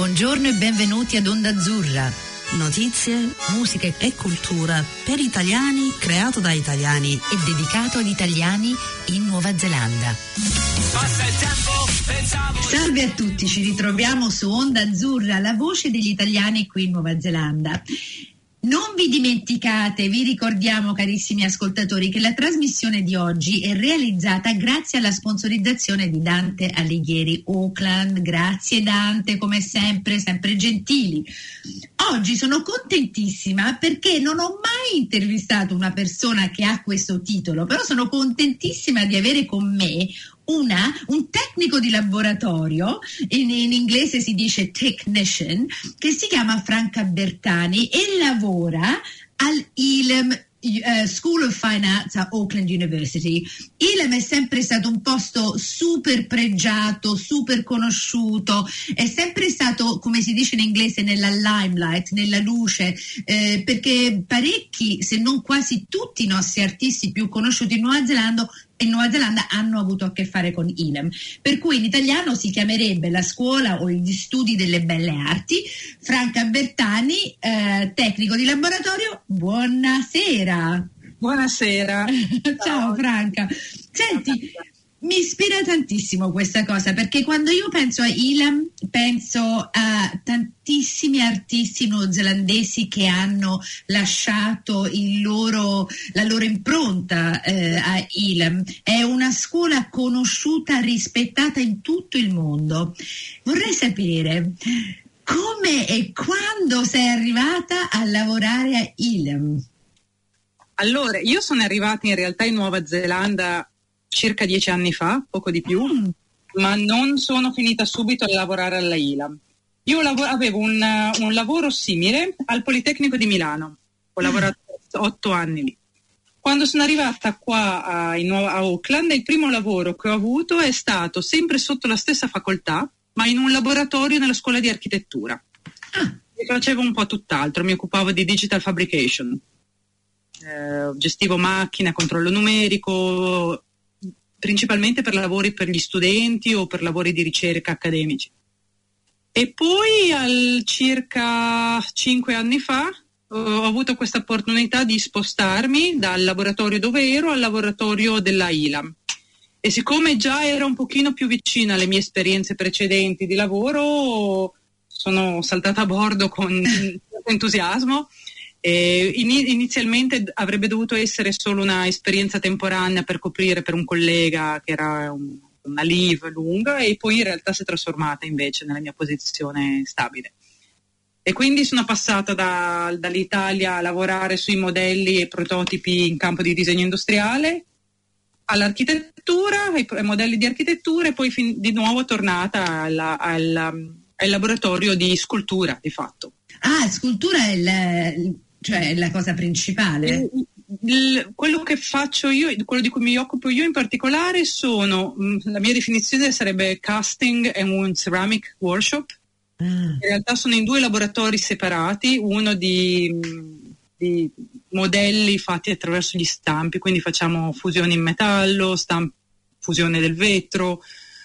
Buongiorno e benvenuti ad Onda Azzurra. Notizie, musica e cultura per italiani, creato da italiani e dedicato ad italiani in Nuova Zelanda. Passa il tempo, Salve a tutti, ci ritroviamo su Onda Azzurra, la voce degli italiani qui in Nuova Zelanda. Non vi dimenticate, vi ricordiamo carissimi ascoltatori che la trasmissione di oggi è realizzata grazie alla sponsorizzazione di Dante Alighieri Auckland. Grazie Dante, come sempre, sempre gentili. Oggi sono contentissima perché non ho mai intervistato una persona che ha questo titolo, però sono contentissima di avere con me un tecnico di laboratorio, in inglese si dice technician, che si chiama Franca Bertani e lavora all'Elam School of Fine Arts a Auckland University. Elam è sempre stato un posto super pregiato, super conosciuto, è sempre stato, come si dice in inglese, nella limelight, nella luce, perché parecchi, se non quasi tutti i nostri artisti più conosciuti in Nuova Zelanda hanno avuto a che fare con Elam, per cui in italiano si chiamerebbe la scuola o gli studi delle belle arti. Franca Bertani, tecnico di laboratorio, buonasera. Buonasera. Ciao Franca. Senti, mi ispira tantissimo questa cosa, perché quando io penso a Elam penso a tantissimi artisti neozelandesi che hanno lasciato la loro impronta a Elam. È una scuola conosciuta, rispettata in tutto il mondo. Vorrei sapere come e quando sei arrivata a lavorare a Elam. Allora, io sono arrivata in realtà in Nuova Zelanda circa 10 anni fa, poco di più, ma non sono finita subito a lavorare alla Elam. Io avevo un lavoro simile al Politecnico di Milano, ho lavorato 8 anni lì. Quando sono arrivata qua a Auckland, il primo lavoro che ho avuto è stato sempre sotto la stessa facoltà, ma in un laboratorio nella scuola di architettura. Facevo un po' tutt'altro, mi occupavo di digital fabrication. Gestivo macchine, controllo numerico, principalmente per lavori per gli studenti o per lavori di ricerca accademici. E poi circa 5 anni fa ho avuto questa opportunità di spostarmi dal laboratorio dove ero al laboratorio della Elam. E siccome già ero un pochino più vicina alle mie esperienze precedenti di lavoro, sono saltata a bordo con entusiasmo. Inizialmente avrebbe dovuto essere solo una esperienza temporanea per coprire per un collega che era una leave lunga, e poi in realtà si è trasformata invece nella mia posizione stabile. E quindi sono passata dall'Italia a lavorare sui modelli e prototipi in campo di disegno industriale, all'architettura, ai modelli di architettura, e poi di nuovo tornata al laboratorio di scultura di fatto. Scultura è la cosa principale. Quello che faccio io, quello di cui mi occupo io in particolare, la mia definizione sarebbe casting and un ceramic workshop. In realtà sono in 2 laboratori separati, uno di modelli fatti attraverso gli stampi, quindi facciamo fusione in metallo, fusione del vetro,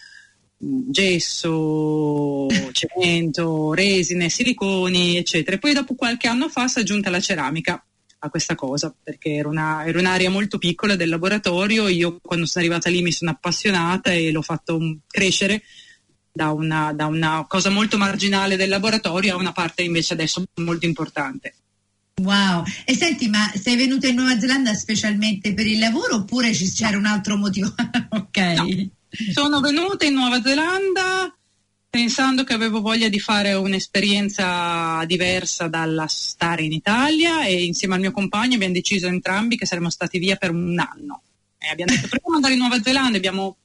gesso, cemento, resine, siliconi, eccetera. E poi dopo qualche anno fa si è aggiunta la ceramica a questa cosa, perché era un'area molto piccola del laboratorio. Io quando sono arrivata lì mi sono appassionata e l'ho fatto crescere da una cosa molto marginale del laboratorio a una parte invece adesso molto importante. Wow, e senti, ma sei venuta in Nuova Zelanda specialmente per il lavoro oppure c'era un altro motivo? Ok. No. Sono venuta in Nuova Zelanda pensando che avevo voglia di fare un'esperienza diversa dalla stare in Italia, e insieme al mio compagno abbiamo deciso entrambi che saremmo stati via per un anno. E abbiamo detto: proviamo ad andare in Nuova Zelanda. Abbiamo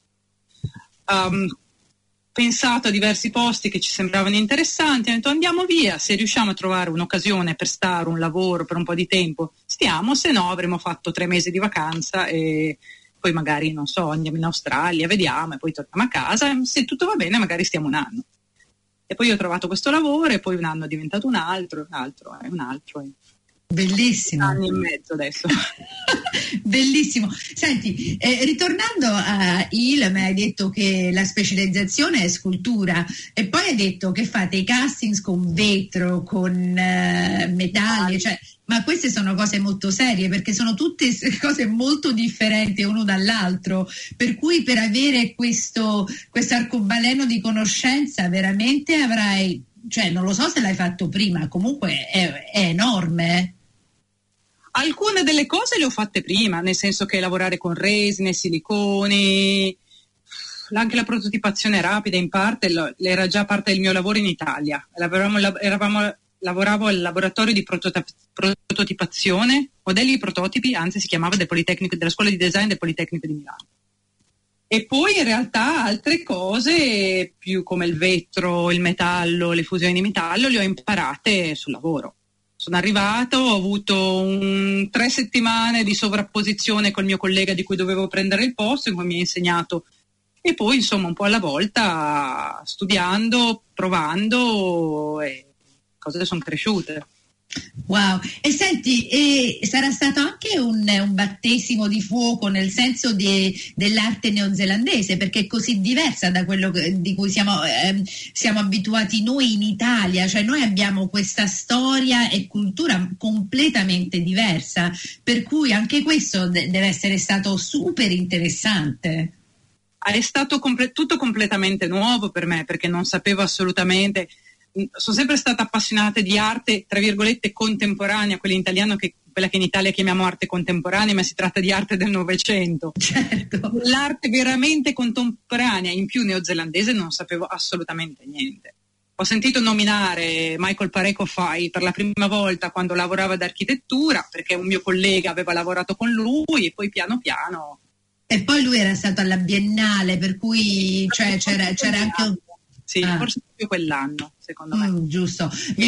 pensato a diversi posti che ci sembravano interessanti, abbiamo detto andiamo via, se riusciamo a trovare un'occasione per stare, un lavoro per un po' di tempo stiamo, se no avremo fatto 3 mesi di vacanza e poi magari, non so, andiamo in Australia, vediamo, e poi torniamo a casa, e se tutto va bene magari stiamo un anno. E poi ho trovato questo lavoro, e poi un anno è diventato un altro. Bellissimo. Anni e mezzo adesso. Bellissimo. Senti, ritornando a Ilam, hai detto che la specializzazione è scultura e poi hai detto che fate i castings con vetro, con metalli, cioè, ma queste sono cose molto serie perché sono tutte cose molto differenti uno dall'altro, per cui per avere questo arcobaleno di conoscenza veramente avrai, cioè non lo so se l'hai fatto prima, comunque è enorme. Alcune delle cose le ho fatte prima, nel senso che lavorare con resine, siliconi, anche la prototipazione rapida in parte era già parte del mio lavoro in Italia. Lavoravo al laboratorio di prototipazione, modelli e prototipi, anzi si chiamava della Scuola di Design del Politecnico di Milano. E poi in realtà altre cose, più come il vetro, il metallo, le fusioni di metallo, le ho imparate sul lavoro. Sono arrivato, ho avuto 3 settimane di sovrapposizione col mio collega di cui dovevo prendere il posto, in cui mi ha insegnato, e poi insomma un po' alla volta, studiando, provando, e cose sono cresciute. Wow, e senti, sarà stato anche un battesimo di fuoco nel senso dell'arte neozelandese, perché è così diversa da quello di cui siamo abituati noi in Italia, cioè noi abbiamo questa storia e cultura completamente diversa, per cui anche questo deve essere stato super interessante. È stato tutto completamente nuovo per me, perché non sapevo assolutamente. Sono sempre stata appassionata di arte, tra virgolette, contemporanea, quella che in Italia chiamiamo arte contemporanea, ma si tratta di arte del Novecento. Certo. L'arte veramente contemporanea, in più neozelandese, non sapevo assolutamente niente. Ho sentito nominare Michael Pareco Fai per la prima volta quando lavorava ad architettura, perché un mio collega aveva lavorato con lui, e poi piano piano. E poi lui era stato alla Biennale, per cui cioè, c'era anche un... Sì, forse più quell'anno, secondo me. Giusto.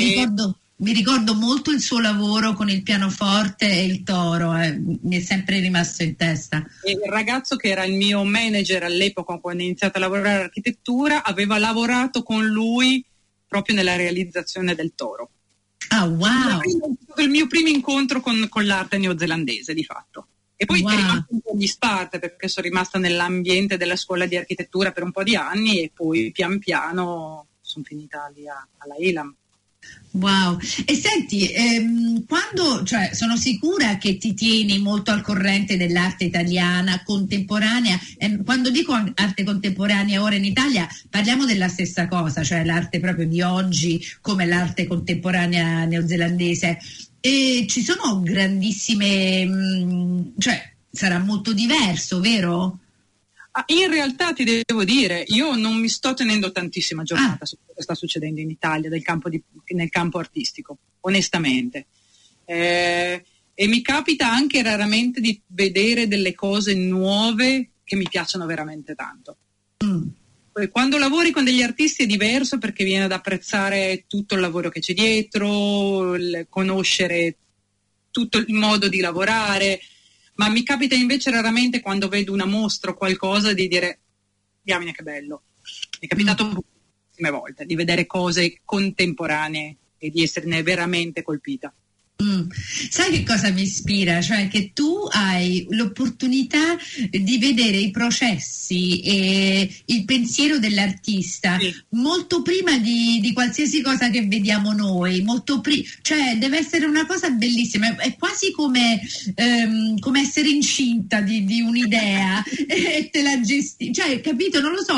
Mi ricordo molto il suo lavoro con il pianoforte e il toro, mi è sempre rimasto in testa. E il ragazzo che era il mio manager all'epoca, quando ho iniziato a lavorare all'architettura, aveva lavorato con lui proprio nella realizzazione del toro. Ah, wow! Il mio primo incontro con l'arte neozelandese, di fatto. E poi è rimasto un po' di disparte, perché sono rimasta nell'ambiente della scuola di architettura per un po' di anni e poi pian piano sono finita lì alla Ilam. Wow, e senti, cioè, sono sicura che ti tieni molto al corrente dell'arte italiana contemporanea. Quando dico arte contemporanea ora in Italia parliamo della stessa cosa, cioè l'arte proprio di oggi come l'arte contemporanea neozelandese. E ci sono grandissime, cioè sarà molto diverso, vero? In realtà ti devo dire, io non mi sto tenendo tantissima giornata su quello che sta succedendo in Italia nel campo artistico, onestamente. E mi capita anche raramente di vedere delle cose nuove che mi piacciono veramente tanto. Quando lavori con degli artisti è diverso, perché viene ad apprezzare tutto il lavoro che c'è dietro, conoscere tutto il modo di lavorare, ma mi capita invece raramente, quando vedo una mostra o qualcosa, di dire diamine che bello. Mi è capitato pochissime volte di vedere cose contemporanee e di esserne veramente colpita. Sai che cosa mi ispira? Cioè che tu hai l'opportunità di vedere i processi e il pensiero dell'artista molto prima di qualsiasi cosa che vediamo noi, cioè deve essere una cosa bellissima, è quasi come essere incinta di un'idea e te la gesti, cioè capito? Non lo so,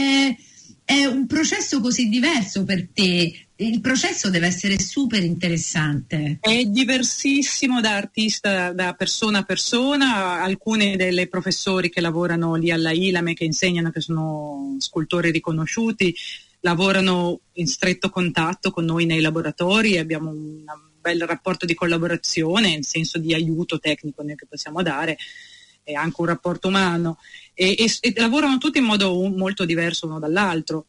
è un processo così diverso per te. Il processo deve essere super interessante. È diversissimo da artista, da persona a persona. Alcune delle professori che lavorano lì alla Ilam e che insegnano, che sono scultori riconosciuti, lavorano in stretto contatto con noi nei laboratori, abbiamo un bel rapporto di collaborazione, in senso di aiuto tecnico che possiamo dare, e anche un rapporto umano, e lavorano tutti in modo molto diverso uno dall'altro.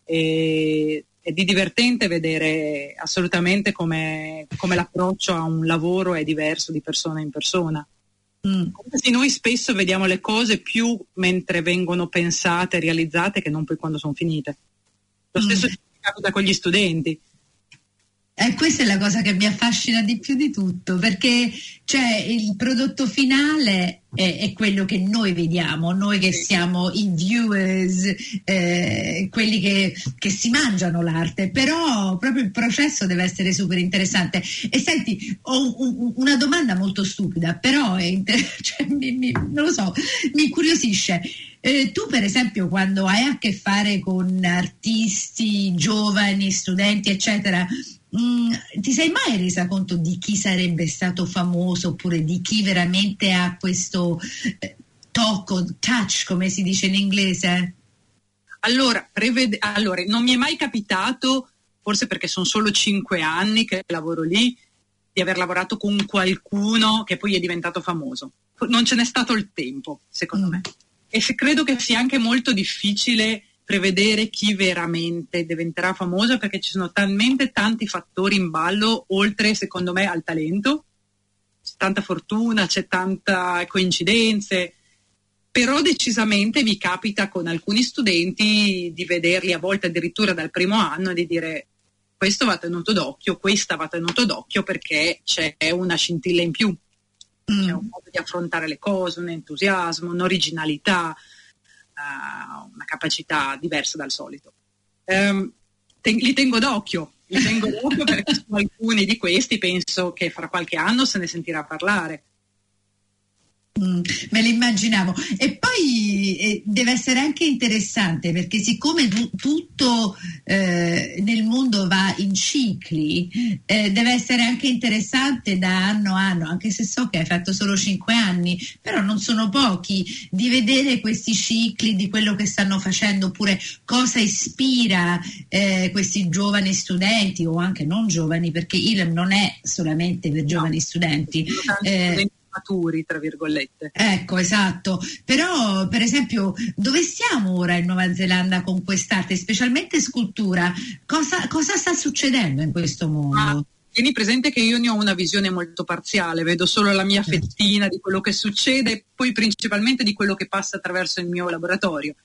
È di divertente vedere assolutamente come l'approccio a un lavoro è diverso di persona in persona. Sì, noi spesso vediamo le cose più mentre vengono pensate e realizzate che non poi quando sono finite. Lo stesso ci capita con gli studenti. Questa è la cosa che mi affascina di più di tutto, perché cioè, il prodotto finale è quello che noi vediamo, noi che siamo i viewers, quelli che si mangiano l'arte, però proprio il processo deve essere super interessante. E senti, ho una domanda molto stupida, però cioè, non lo so, mi incuriosisce. Tu per esempio quando hai a che fare con artisti, giovani, studenti eccetera, ti sei mai resa conto di chi sarebbe stato famoso oppure di chi veramente ha questo touch, come si dice in inglese? Allora, non mi è mai capitato, forse perché sono solo 5 anni che lavoro lì, di aver lavorato con qualcuno che poi è diventato famoso. Non ce n'è stato il tempo, secondo me. E credo che sia anche molto difficile prevedere chi veramente diventerà famoso, perché ci sono talmente tanti fattori in ballo, oltre secondo me al talento. C'è tanta fortuna, c'è tanta coincidenze, però decisamente mi capita con alcuni studenti di vederli a volte addirittura dal primo anno e di dire questo va tenuto d'occhio, questa va tenuto d'occhio perché c'è una scintilla in più, c'è un modo di affrontare le cose, un entusiasmo, un'originalità, una capacità diversa dal solito. Li tengo d'occhio perché su alcuni di questi penso che fra qualche anno se ne sentirà parlare. Me l'immaginavo. E poi deve essere anche interessante perché siccome tutto nel mondo va in cicli, deve essere anche interessante da anno a anno, anche se so che hai fatto solo 5 anni, però non sono pochi, di vedere questi cicli di quello che stanno facendo, oppure cosa ispira questi giovani studenti o anche non giovani, perché ILM non è solamente per giovani studenti. Maturi, tra virgolette. Ecco, esatto. Però, per esempio, dove stiamo ora in Nuova Zelanda con quest'arte, specialmente scultura? Cosa sta succedendo in questo mondo? Tieni presente che io ne ho una visione molto parziale, vedo solo la mia fettina di quello che succede, poi principalmente di quello che passa attraverso il mio laboratorio.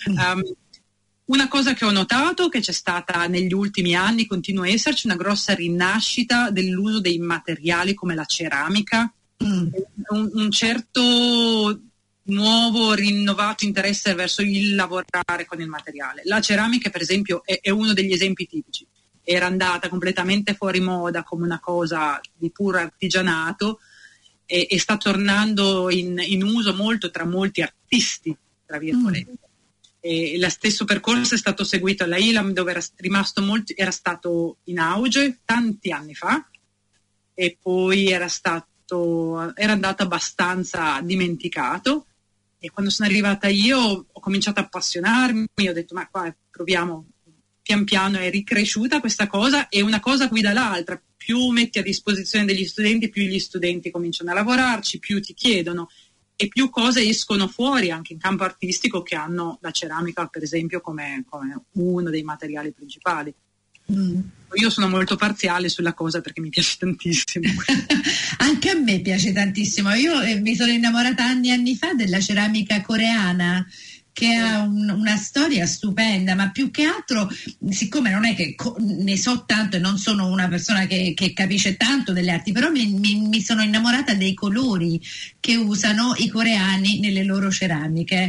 Una cosa che ho notato che c'è stata negli ultimi anni, continua a esserci una grossa rinascita dell'uso dei materiali come la ceramica, un certo nuovo rinnovato interesse verso il lavorare con il materiale. La ceramica per esempio è uno degli esempi tipici, era andata completamente fuori moda come una cosa di puro artigianato e sta tornando in uso molto tra molti artisti, tra virgolette. E lo stesso percorso è stato seguito alla ILAM, dove era stato in auge tanti anni fa e poi era andato abbastanza dimenticato, e quando sono arrivata io ho cominciato a appassionarmi, ho detto ma qua proviamo, pian piano è ricresciuta questa cosa e una cosa guida l'altra, più metti a disposizione degli studenti, più gli studenti cominciano a lavorarci, più ti chiedono e più cose escono fuori anche in campo artistico che hanno la ceramica per esempio come uno dei materiali principali. Io sono molto parziale sulla cosa perché mi piace tantissimo. Anche a me piace tantissimo. Io mi sono innamorata anni fa della ceramica coreana, che ha una storia stupenda, ma più che altro, siccome non è che ne so tanto e non sono una persona che capisce tanto delle arti, però mi sono innamorata dei colori che usano i coreani nelle loro ceramiche.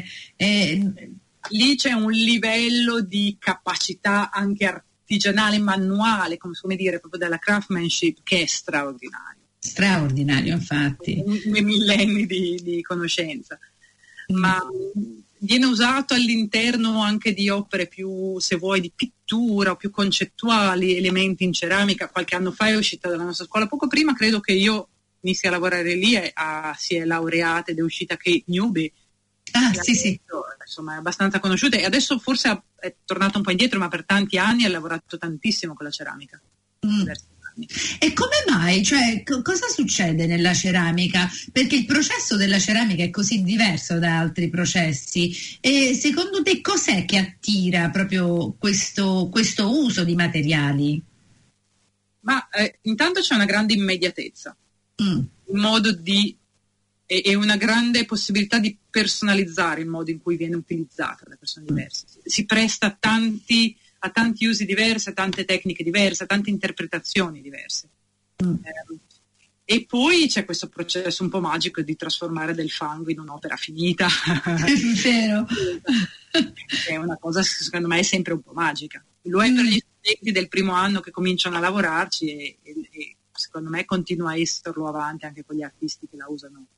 Lì c'è un livello di capacità anche artigianale, manuale, come dire, proprio della craftsmanship, che è straordinario. Straordinario, infatti. Dei millenni di conoscenza. Ma viene usato all'interno anche di opere più, se vuoi, di pittura o più concettuali, elementi in ceramica. Qualche anno fa è uscita dalla nostra scuola, poco prima credo che io inizi a lavorare lì, si è laureata ed è uscita Kate Newby. Sì. Insomma è abbastanza conosciuta e adesso forse è tornata un po' indietro, ma per tanti anni ha lavorato tantissimo con la ceramica. E come mai? Cioè, cosa succede nella ceramica? Perché il processo della ceramica è così diverso da altri processi e secondo te cos'è che attira proprio questo uso di materiali? Ma intanto c'è una grande immediatezza, un modo di e una grande possibilità di personalizzare il modo in cui viene utilizzata da persone diverse. Si presta a tanti ha tanti usi diversi, tante tecniche diverse, tante interpretazioni diverse. E poi c'è questo processo un po' magico di trasformare del fango in un'opera finita. È vero. È una cosa, secondo me, è sempre un po' magica. Lo è per gli studenti del primo anno che cominciano a lavorarci e secondo me continua a esserlo avanti anche con gli artisti che la usano.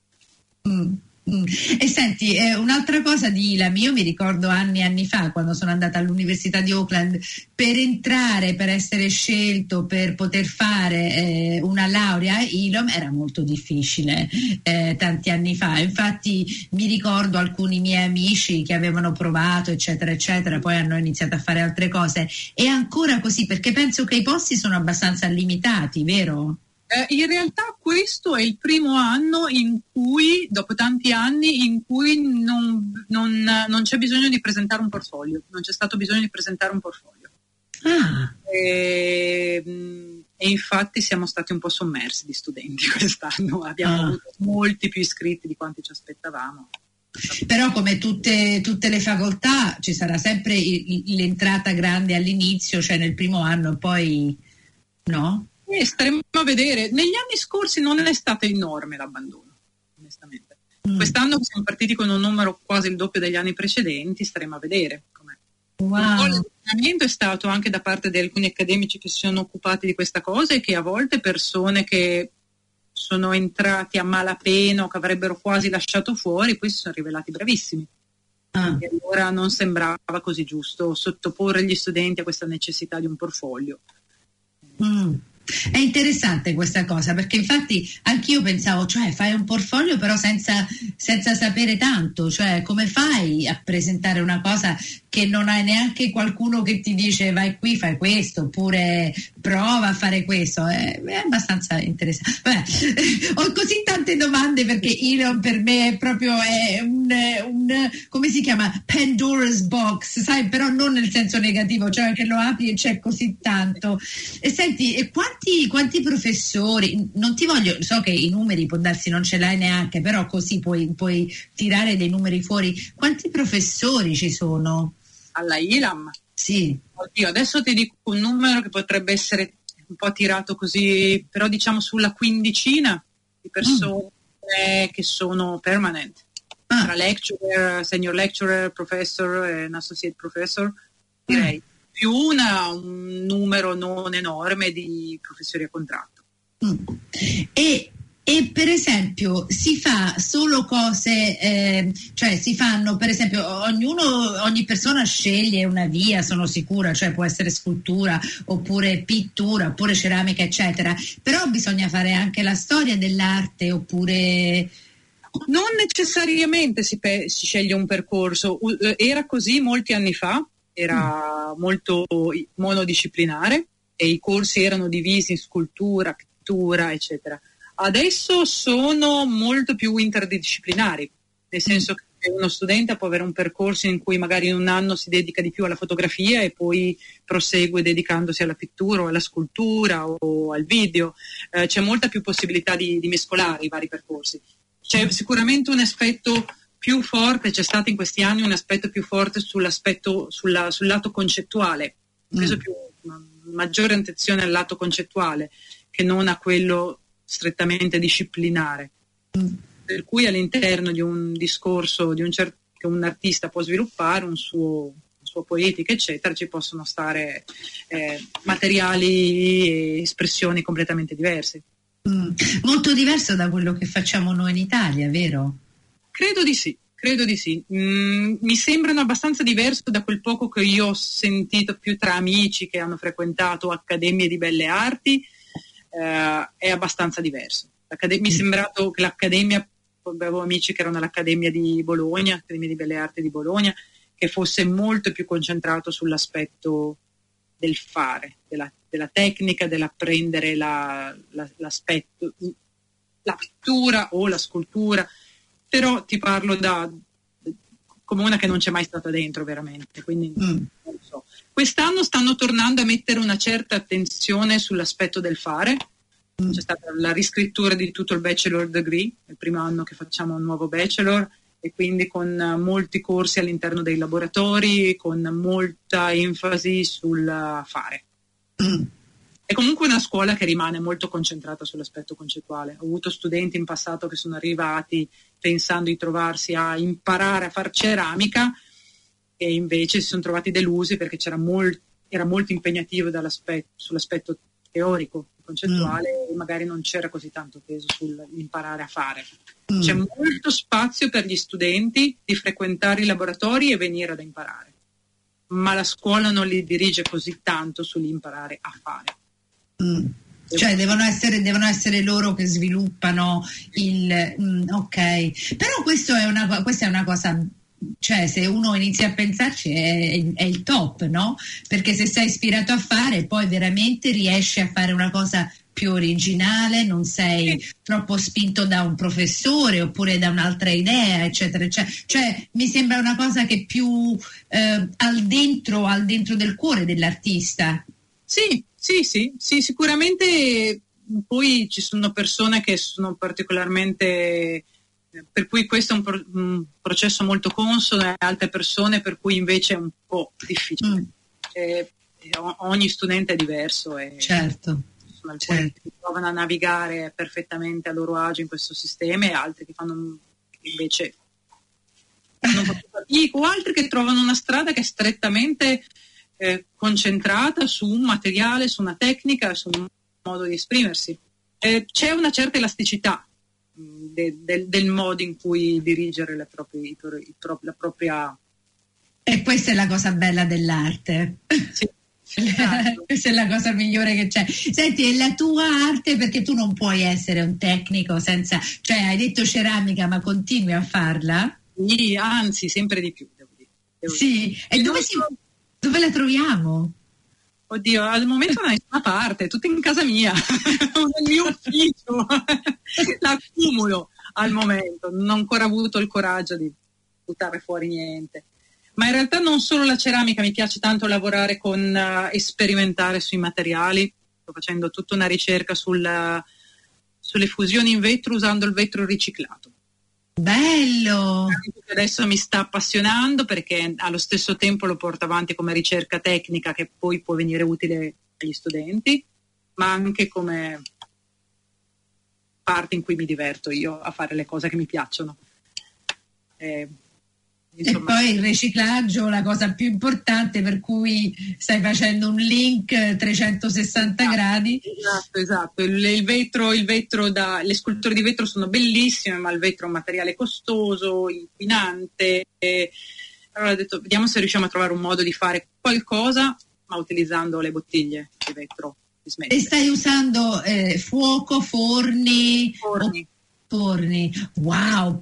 E senti, un'altra cosa di Elam, io mi ricordo anni fa quando sono andata all'Università di Auckland, per essere scelto per poter fare una laurea a Elam era molto difficile tanti anni fa. Infatti mi ricordo alcuni miei amici che avevano provato eccetera eccetera, poi hanno iniziato a fare altre cose. È ancora così, perché penso che i posti sono abbastanza limitati, vero? In realtà questo è il primo anno in cui, dopo tanti anni, in cui non c'è bisogno di presentare un portfolio, non c'è stato bisogno di presentare un portfolio. E infatti siamo stati un po' sommersi di studenti quest'anno, abbiamo avuto molti più iscritti di quanti ci aspettavamo. Però come tutte le facoltà ci sarà sempre l'entrata grande all'inizio, cioè nel primo anno, poi no? Staremo a vedere. Negli anni scorsi non è stato enorme l'abbandono, onestamente. Quest'anno siamo partiti con un numero quasi il doppio degli anni precedenti, staremo a vedere com'è. Wow. L'allenamento è stato anche da parte di alcuni accademici che si sono occupati di questa cosa e che a volte persone che sono entrati a malapena o che avrebbero quasi lasciato fuori, poi si sono rivelati bravissimi. E allora non sembrava così giusto sottoporre gli studenti a questa necessità di un portfolio. È interessante questa cosa, perché infatti anch'io pensavo, cioè fai un portfolio però senza sapere tanto, cioè come fai a presentare una cosa che non hai neanche qualcuno che ti dice vai qui, fai questo, oppure prova a fare questo, è abbastanza interessante. Vabbè, ho così tante domande perché Elon per me è un come si chiama? Pandora's box, sai, però non nel senso negativo, cioè che lo apri e c'è così tanto. E senti, quanti professori, non ti voglio, so che i numeri può darsi non ce l'hai neanche, però così puoi tirare dei numeri fuori, quanti professori ci sono? Alla Elam? Sì. Oddio, adesso ti dico un numero che potrebbe essere un po' tirato così, però diciamo sulla quindicina di persone che sono permanent, tra lecturer, senior lecturer, professor e un associate professor, direi. Più un numero non enorme di professori a contratto. E per esempio si fa solo cose, cioè si fanno per esempio ogni persona sceglie una via, sono sicura, cioè può essere scultura oppure pittura oppure ceramica eccetera, però bisogna fare anche la storia dell'arte oppure... Non necessariamente si sceglie un percorso, era così molti anni fa. Era molto monodisciplinare e i corsi erano divisi in scultura, pittura, eccetera. Adesso sono molto più interdisciplinari, nel senso che uno studente può avere un percorso in cui magari in un anno si dedica di più alla fotografia e poi prosegue dedicandosi alla pittura o alla scultura o al video. C'è molta più possibilità di mescolare i vari percorsi. C'è sicuramente un aspetto più forte, c'è stato in questi anni un aspetto più forte sul lato concettuale, preso maggiore attenzione al lato concettuale che non a quello strettamente disciplinare, per cui all'interno di un discorso che un artista può sviluppare un suo poetica eccetera, ci possono stare materiali e espressioni completamente diverse. Molto diverso da quello che facciamo noi in Italia, vero? Credo di sì. Mi sembrano abbastanza diverso da quel poco che io ho sentito più tra amici che hanno frequentato accademie di belle arti, è abbastanza diverso. Mi è sembrato che l'accademia, avevo amici che erano all'Accademia di Bologna, Accademia di Belle Arti di Bologna, che fosse molto più concentrato sull'aspetto del fare, della tecnica, dell'apprendere l'aspetto, la pittura o la scultura. Però ti parlo come una che non c'è mai stata dentro veramente, quindi non so. Quest'anno stanno tornando a mettere una certa attenzione sull'aspetto del fare. C'è stata la riscrittura di tutto il bachelor degree, è il primo anno che facciamo un nuovo bachelor e quindi con molti corsi all'interno dei laboratori, con molta enfasi sul fare. È comunque una scuola che rimane molto concentrata sull'aspetto concettuale. Ho avuto studenti in passato che sono arrivati pensando di trovarsi a imparare a far ceramica e invece si sono trovati delusi perché era molto impegnativo sull'aspetto teorico, concettuale, e magari non c'era così tanto peso sull'imparare a fare. C'è molto spazio per gli studenti di frequentare i laboratori e venire ad imparare, ma la scuola non li dirige così tanto sull'imparare a fare. Cioè devono essere loro che sviluppano ok, però questa è una cosa, cioè se uno inizia a pensarci è il top, no? Perché se sei ispirato a fare, poi veramente riesci a fare una cosa più originale, non sei troppo spinto da un professore oppure da un'altra idea, eccetera, eccetera. Cioè mi sembra una cosa che più al dentro del cuore dell'artista. Sì, sicuramente. Poi ci sono persone che sono particolarmente, per cui questo è un processo molto consono, e altre persone per cui invece è un po' difficile. Ogni studente è diverso e certo. Sono alcuni che provano a navigare perfettamente a loro agio in questo sistema e altri che fanno invece non fatico, o altri che trovano una strada che è strettamente concentrata su un materiale, su una tecnica, su un modo di esprimersi. C'è una certa elasticità del modo in cui dirigere la propria. E questa è la cosa bella dell'arte. Sì. Questa è la cosa migliore che c'è. Senti, è la tua arte, perché tu non puoi essere un tecnico senza, cioè hai detto ceramica, ma continui a farla? Sì, anzi, sempre di più, devo dire. Sì, e dove la troviamo? Oddio, al momento da nessuna parte, è tutta in casa mia, nel mio ufficio, l'accumulo al momento, non ho ancora avuto il coraggio di buttare fuori niente. Ma in realtà non solo la ceramica, mi piace tanto lavorare con sperimentare sui materiali. Sto facendo tutta una ricerca sulle fusioni in vetro usando il vetro riciclato. Bello! Adesso mi sta appassionando perché allo stesso tempo lo porto avanti come ricerca tecnica che poi può venire utile agli studenti, ma anche come parte in cui mi diverto io a fare le cose che mi piacciono. Insomma. E poi il riciclaggio, la cosa più importante, per cui stai facendo un link 360 gradi. Esatto. Il vetro, le sculture di vetro sono bellissime, ma il vetro è un materiale costoso, inquinante. Allora ho detto, vediamo se riusciamo a trovare un modo di fare qualcosa, ma utilizzando le bottiglie di vetro. E stai usando fuoco, forni? Forni. Wow!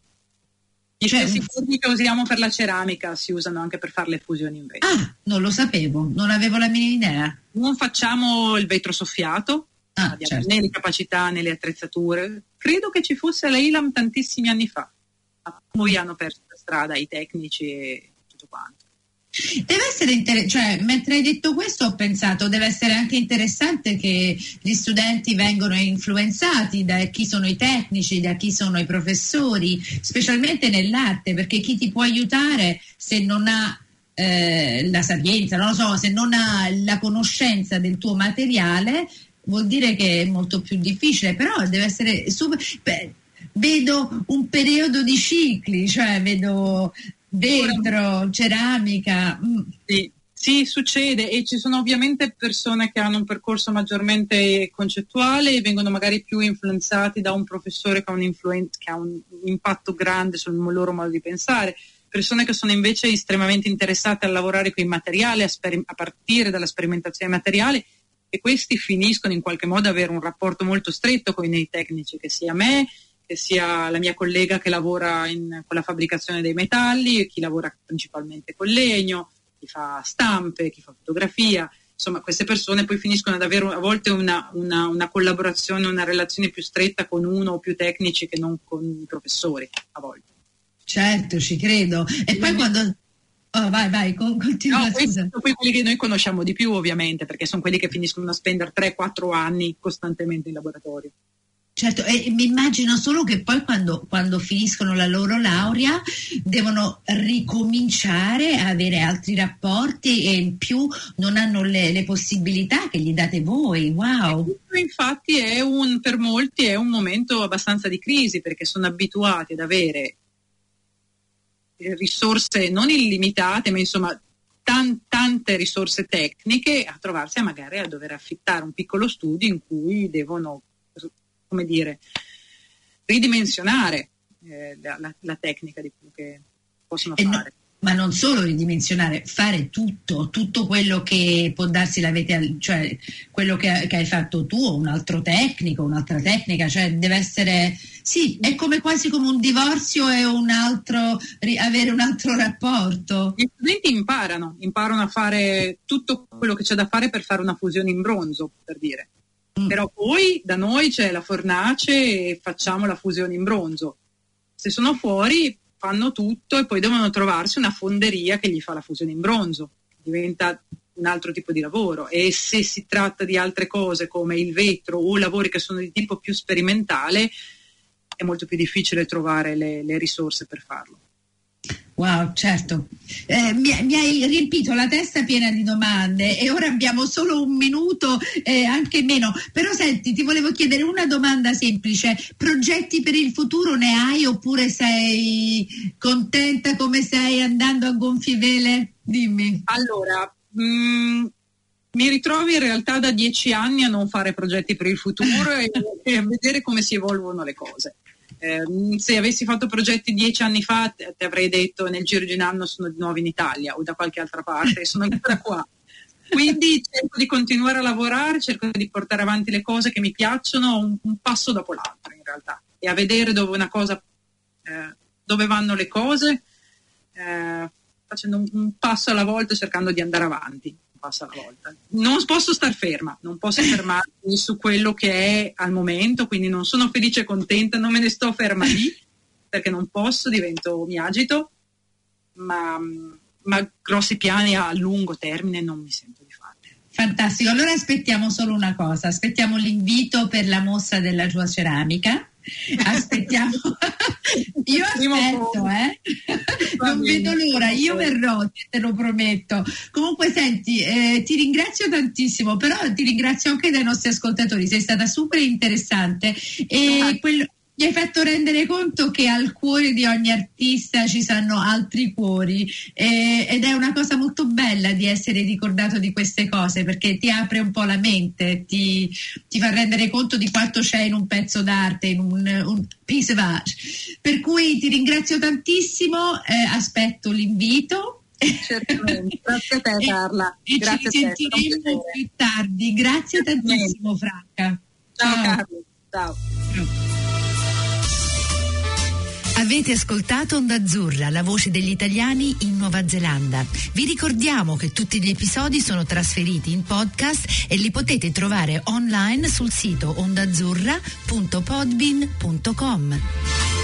Gli stessi forni che usiamo per la ceramica si usano anche per fare le fusioni in vetro. Ah, non lo sapevo, non avevo la minima idea. Non facciamo il vetro soffiato, abbiamo né le capacità né le attrezzature. Credo che ci fosse la ILAM tantissimi anni fa, ma poi hanno perso la strada i tecnici e tutto quanto. Deve essere cioè, mentre hai detto questo ho pensato, deve essere anche interessante che gli studenti vengono influenzati da chi sono i tecnici, da chi sono i professori, specialmente nell'arte, perché chi ti può aiutare se non ha la sapienza, non lo so, se non ha la conoscenza del tuo materiale, vuol dire che è molto più difficile, però deve essere super. Vedo un periodo di cicli, cioè vedo vetro, ceramica. Sì, succede, e ci sono ovviamente persone che hanno un percorso maggiormente concettuale e vengono magari più influenzati da un professore che ha un impatto grande sul loro modo di pensare, persone che sono invece estremamente interessate a lavorare con i materiali, a partire dalla sperimentazione materiale, e questi finiscono in qualche modo ad avere un rapporto molto stretto con i tecnici, che sia me, che sia la mia collega che lavora con la fabbricazione dei metalli, chi lavora principalmente con legno, chi fa stampe, chi fa fotografia. Insomma, queste persone poi finiscono ad avere a volte una collaborazione, una relazione più stretta con uno o più tecnici che non con i professori, a volte. Certo, ci credo. E poi quando... Oh, vai, continua. No, poi quelli che noi conosciamo di più, ovviamente, perché sono quelli che finiscono a spendere 3-4 anni costantemente in laboratorio. Certo, e mi immagino solo che poi quando finiscono la loro laurea devono ricominciare a avere altri rapporti e in più non hanno le possibilità che gli date voi. Wow! Infatti per molti è un momento abbastanza di crisi, perché sono abituati ad avere risorse non illimitate, ma insomma tante risorse tecniche, a trovarsi magari a dover affittare un piccolo studio in cui devono, come dire, ridimensionare la tecnica di quello che possono fare. Ma non solo ridimensionare, fare tutto quello che può darsi cioè quello che hai fatto tu, o un altro tecnico, un'altra tecnica, cioè deve essere, sì, è quasi come un divorzio e avere un altro rapporto. Gli studenti imparano a fare tutto quello che c'è da fare per fare una fusione in bronzo, per dire. Però poi da noi c'è la fornace e facciamo la fusione in bronzo. Se sono fuori fanno tutto e poi devono trovarsi una fonderia che gli fa la fusione in bronzo. Diventa un altro tipo di lavoro, e se si tratta di altre cose come il vetro o lavori che sono di tipo più sperimentale è molto più difficile trovare le risorse per farlo. Wow, certo. Mi hai riempito la testa piena di domande e ora abbiamo solo un minuto, anche meno. Però senti, ti volevo chiedere una domanda semplice. Progetti per il futuro ne hai, oppure sei contenta come stai andando a gonfie vele? Dimmi. Allora, mi ritrovo in realtà da 10 anni a non fare progetti per il futuro e a vedere come si evolvono le cose. Se avessi fatto progetti 10 anni fa ti avrei detto nel giro di un anno sono di nuovo in Italia o da qualche altra parte, sono ancora qua. Quindi cerco di continuare a lavorare, cerco di portare avanti le cose che mi piacciono un passo dopo l'altro in realtà, e a vedere dove vanno le cose, facendo un passo alla volta, cercando di andare avanti. Passo alla volta. Non posso star ferma, non posso fermarmi su quello che è al momento, quindi non sono felice e contenta, non me ne sto ferma lì perché non posso, mi agito, ma grossi piani a lungo termine non mi sento di farli. Fantastico, allora aspettiamo solo una cosa, aspettiamo l'invito per la mostra della tua ceramica. Aspettiamo. Io aspetto, non vedo l'ora, io verrò, te lo prometto. Comunque senti, ti ringrazio tantissimo, però ti ringrazio anche dai nostri ascoltatori, sei stata super interessante e mi hai fatto rendere conto che al cuore di ogni artista ci sono altri cuori, ed è una cosa molto bella di essere ricordato di queste cose, perché ti apre un po' la mente, ti fa rendere conto di quanto c'è in un pezzo d'arte, in un piece of art. Per cui ti ringrazio tantissimo, aspetto l'invito. Certamente. Grazie a te, Carla. E grazie, ci sentiremo più tardi. Grazie tantissimo, Franca. Ciao Carla. Ciao. Avete ascoltato Onda Azzurra, la voce degli italiani in Nuova Zelanda. Vi ricordiamo che tutti gli episodi sono trasferiti in podcast e li potete trovare online sul sito ondaazzurra.podbean.com.